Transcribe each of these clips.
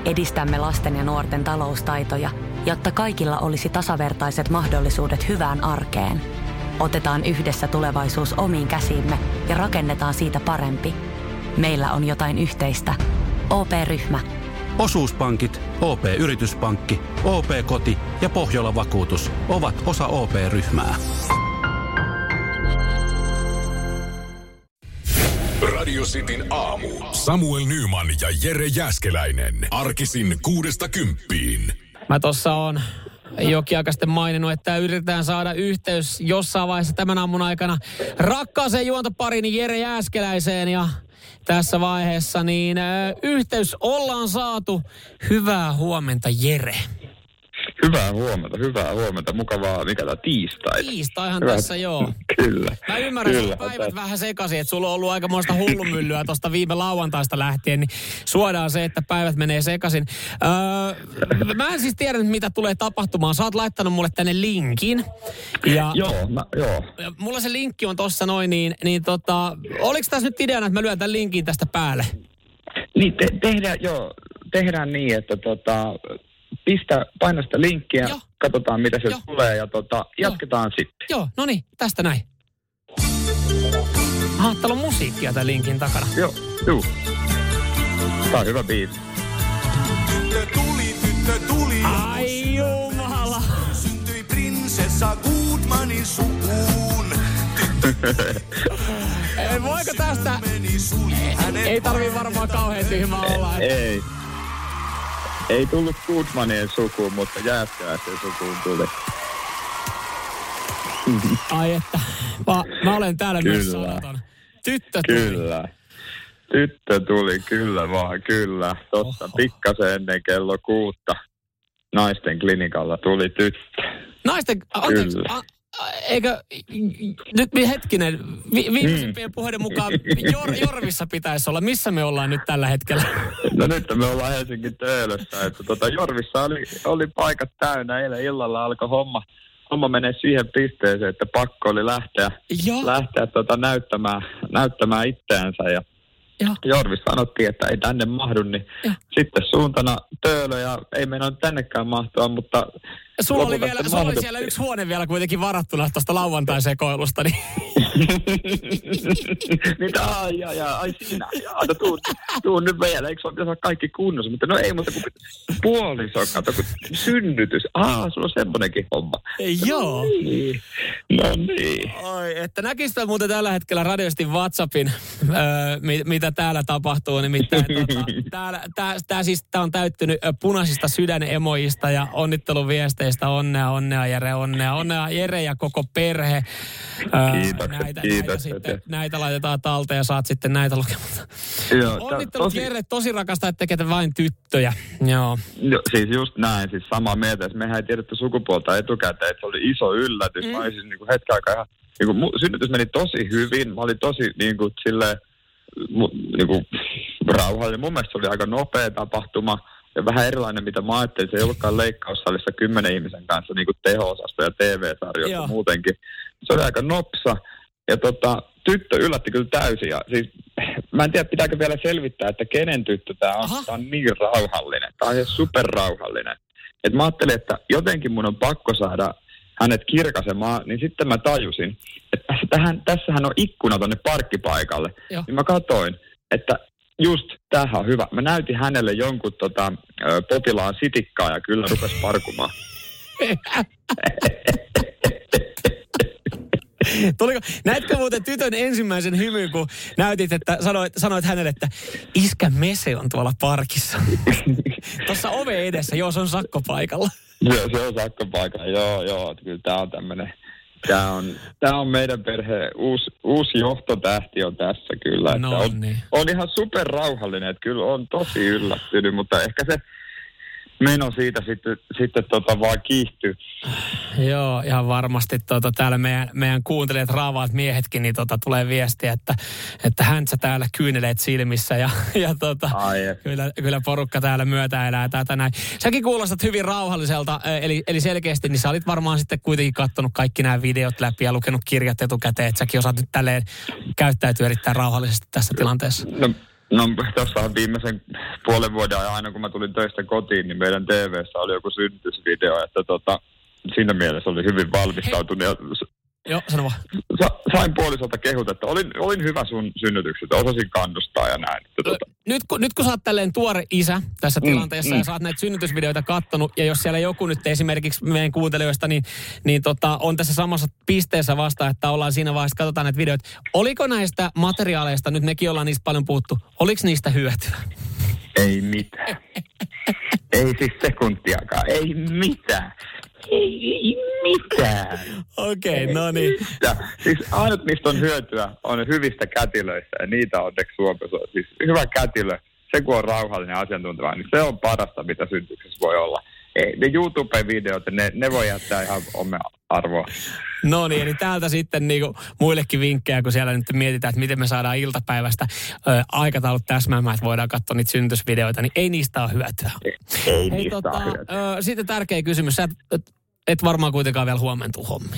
edistämme lasten ja nuorten taloustaitoja, jotta kaikilla olisi tasavertaiset mahdollisuudet hyvään arkeen. Otetaan yhdessä tulevaisuus omiin käsiimme ja rakennetaan siitä parempi. Meillä on jotain yhteistä. OP-ryhmä. Osuuspankit, OP-yrityspankki, OP-koti ja Pohjola-vakuutus ovat osa OP-ryhmää. Radio Cityn aamu. Samuel Nyman ja Jere Jääskeläinen. Arkisin 6–10. Mä tossa oon jokin aika sitten maininnut, että yritetään saada yhteys jossain vaiheessa tämän aamun aikana rakkaaseen juontopariin Jere Jääskeläiseen. Ja tässä vaiheessa niin yhteys ollaan saatu. Hyvää huomenta, Jere. Hyvää huomenta. Mukavaa, mikä tämä tiistai? Tiistaihan tässä, joo. Kyllä. Mä ymmärrän, että päivät vähän sekaisin, että sulla on ollut aikamoista hullumyllyä tuosta viime lauantaista lähtien, niin suodaan se, että päivät menee sekaisin. Mä en siis tiedä, mitä tulee tapahtumaan. Sä oot laittanut mulle tänne linkin. Ja joo. Mulla se linkki on tossa noin, oliko tässä nyt ideana, että mä lyön tämän linkin tästä päälle? Niin, tehdään niin, että paina sitä linkkiä, joo. Katsotaan mitä sieltä tulee ja jatketaan sitten. Joo, no niin, tästä näin. Aha, täällä on musiikkia tämän linkin takana. Joo. Tää on hyvä biisi. Tyttö tuli. Ai jumala. Syntyi prinsessa Goodmanin sukuun. Voiko tästä? Ei tarvii varmaan kauhean tyhmää olla. Ei tullut Goodmanien sukuun, mutta Jääskeläisen sukuun tuli. Ai että, mä olen täällä myös sanaton. Tyttö tuli. Kyllä. Tyttö tuli, kyllä. Tossa pikkasen ennen kello 6 naisten klinikalla tuli tyttö. Anteeksi, eikö, nyt hetkinen, viimeisempien puheiden mukaan Jorvissa pitäisi olla. Missä me ollaan nyt tällä hetkellä? No nyt me ollaan Helsingin Töölössä, että Jorvissa oli paikat täynnä. Eilen illalla alkoi homma menee siihen pisteeseen, että pakko oli lähteä näyttämään itseänsä ja Jorvis sanottiin, että ei tänne mahdu, niin sitten suuntana Töölö ja ei meinannut tännekään mahtua, mutta sulla oli siellä yksi huone vielä kuitenkin varattuna tuosta lauantai-sekoilusta, niin mitä? Ai sinä. Tuun nyt vielä, eikö pitäisi olla kaikki kunnossa? Mutta no ei, mutta kun puoliso, kato, kun synnytys. Sulla on semmoinenkin homma. Joo. No niin. Oi, että näkisität muuten tällä hetkellä radiosti WhatsAppin, mitä täällä tapahtuu. Nimittäin tää on täyttynyt punaisista sydänemojista ja onnitteluviesteistä. Onnea Jere, onnea Jere ja koko perhe. Näitä laitetaan talteen ja saat sitten näitä lukematta. Onnittelut Jere, tosi rakastaa, että tekee vain tyttöjä. Joo. Siis just näin, siis samaa mieltä. Mehän ei tiedetty sukupuolta etukäteen, että se oli iso yllätys. Mä olin siis hetken aikaa ihan, synnytys meni tosi hyvin. Mä olin tosi silleen rauhallinen. Mun mielestä se oli aika nopea tapahtuma. Ja vähän erilainen, mitä mä ajattelin. Se ei ollutkaan leikkaussalissa 10 ihmisen kanssa, niin kuin teho-osasto ja TV-sarjoissa muutenkin. Se oli aika nopsa. Ja tyttö yllätti kyllä täysin. Ja siis, mä en tiedä, pitääkö vielä selvittää, että kenen tyttö tää on. Tää on niin rauhallinen. Tää on ihan superrauhallinen. Et mä ajattelin, että jotenkin mun on pakko saada hänet kirkaisemaan. Niin sitten mä tajusin, että tässähän on ikkuna tonne parkkipaikalle. Niin mä katsoin, että just, tämähän on hyvä. Mä näytin hänelle jonkun potilaan sitikkaa ja kyllä rupesi parkumaan. Näetkö muuten tytön ensimmäisen hymyn, kun näytit, että sanoit hänelle, että iskä Mese on tuolla parkissa. Tuossa ove edessä, se on sakkopaikalla. Se on sakkopaikalla, joo. Kyllä tää on tämmönen. Tämä on meidän perheen uusi johtotähti on tässä kyllä. No, on ihan superrauhallinen, että kyllä on tosi yllättynyt, mutta ehkä se meno siitä sitten vaan kiihtyy. Joo, ihan varmasti täällä meidän kuuntelijat, raavaat miehetkin, niin tulee viestiä, että häntsä täällä kyyneleet silmissä ja kyllä porukka täällä myötä elää tätä näin. Säkin kuulostat hyvin rauhalliselta, eli selkeästi, niin sä olit varmaan sitten kuitenkin katsonut kaikki nämä videot läpi ja lukenut kirjat etukäteen, että säkin osaat nyt tälleen käyttäytyä erittäin rauhallisesti tässä tilanteessa. No tuossahan viimeisen puolen vuoden ajan, aina kun mä tulin töistä kotiin, niin meidän TV:ssä oli joku synnytysvideo, että siinä mielessä oli hyvin valmistautunut. Joo, sano vaan. Sain puolisolta kehut, että olin hyvä sun synnytyksestä, osasin kannustaa ja näin. Nyt kun sä oot tälleen tuore isä tässä tilanteessa ja sä oot näitä synnytysvideoita kattonut, ja jos siellä joku nyt esimerkiksi meidän kuuntelijoista, niin on tässä samassa pisteessä vasta, että ollaan siinä vaiheessa, katsotaan näitä videoita. Oliko näistä materiaaleista, nyt mekin ollaan niistä paljon puhuttu, oliko niistä hyötyä? Ei mitään. Ei siis sekuntiakaan, ei mitään. Ei mitään. Okei, no niin. Siis ainut mistä on hyötyä on hyvistä kätilöistä ja niitä on onneksi Suomessa. Siis hyvä kätilö, se kun on rauhallinen asiantunteva, niin se on parasta mitä synnytyksessä voi olla. Ei, ne YouTube-videot, ne voi jättää ihan omme arvoa. No niin, eli täältä sitten niinku muillekin vinkkejä, kun siellä nyt mietitään, että miten me saadaan iltapäivästä aikataulut täsmäämään, että voidaan katsoa niitä synnytysvideoita, niin ei niistä ole hyötyä. Ei niistä ole hyötyä. Sitten tärkeä kysymys. Sä et varmaan kuitenkaan vielä huomentu hommiin.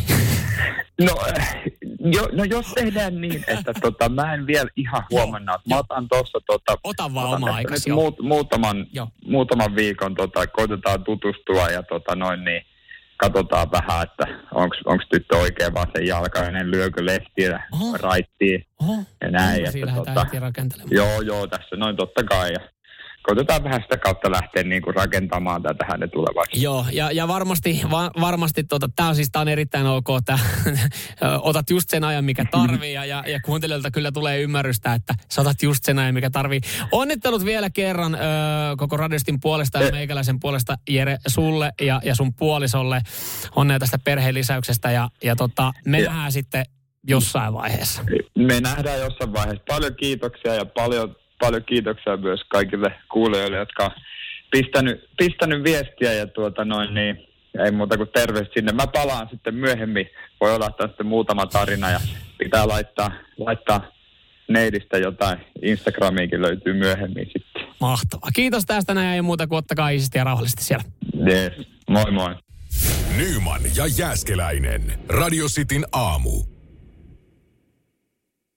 No jos tehdään niin, että mä en vielä ihan huomenna. Mä otan tuossa Ota vaan oma aikasi. Muutaman viikon koitetaan tutustua ja niin katsotaan vähän, että onko tyttö oikein vaan sen jalkainen, lyökö lehtiä, raittiin ja näin. Joo, tässä noin totta kai. Ja koitetaan vähän sitä kautta lähteä niinku rakentamaan tätä hänen tulevaisuutta. Joo, ja varmasti tää on erittäin ok, että otat just sen ajan, mikä tarvii, ja kuuntelijoilta kyllä tulee ymmärrystä, että sä otat just sen ajan, mikä tarvii. Onnittelut vielä kerran koko Radiostin puolesta ja meikäläisen puolesta, Jere, sulle ja sun puolisolle. Onnea tästä perheen lisäyksestä, ja me nähdään sitten jossain vaiheessa. Me nähdään jossain vaiheessa. Paljon kiitoksia ja paljon kiitoksia myös kaikille kuulijoille, jotka on pistänyt viestiä ja niin ei muuta kuin terveistä sinne. Mä palaan sitten myöhemmin. Voi olla tästä muutama tarina ja pitää laittaa neidistä jotain. Instagramiinkin löytyy myöhemmin sitten. Mahtavaa. Kiitos tästä näin, ei muuta kuin ottakaa iisisti ja rauhallisesti siellä. Yes. Moi moi. Nyman ja Jääskeläinen. Radio Cityn aamu.